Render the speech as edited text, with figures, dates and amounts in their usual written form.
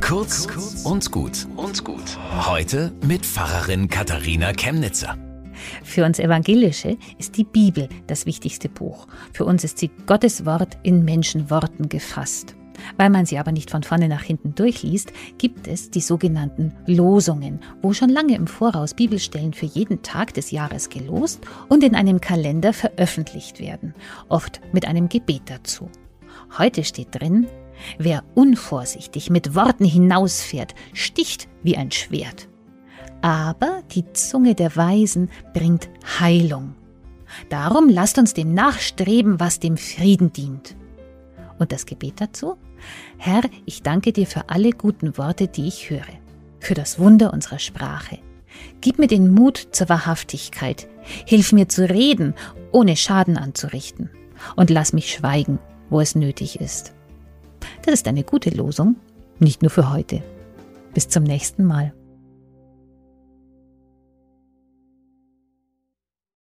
Kurz und gut. Heute mit Pfarrerin Katharina Chemnitzer. Für uns Evangelische ist die Bibel das wichtigste Buch. Für uns ist sie Gottes Wort in Menschenworten gefasst. Weil man sie aber nicht von vorne nach hinten durchliest, gibt es die sogenannten Losungen, wo schon lange im Voraus Bibelstellen für jeden Tag des Jahres gelost und in einem Kalender veröffentlicht werden, oft mit einem Gebet dazu. Heute steht drin: Wer unvorsichtig mit Worten hinausfährt, sticht wie ein Schwert. Aber die Zunge der Weisen bringt Heilung. Darum lasst uns dem nachstreben, was dem Frieden dient. Und das Gebet dazu? Herr, ich danke dir für alle guten Worte, die ich höre, für das Wunder unserer Sprache. Gib mir den Mut zur Wahrhaftigkeit. Hilf mir zu reden, ohne Schaden anzurichten. Und lass mich schweigen, wo es nötig ist. Das ist eine gute Losung, nicht nur für heute. Bis zum nächsten Mal.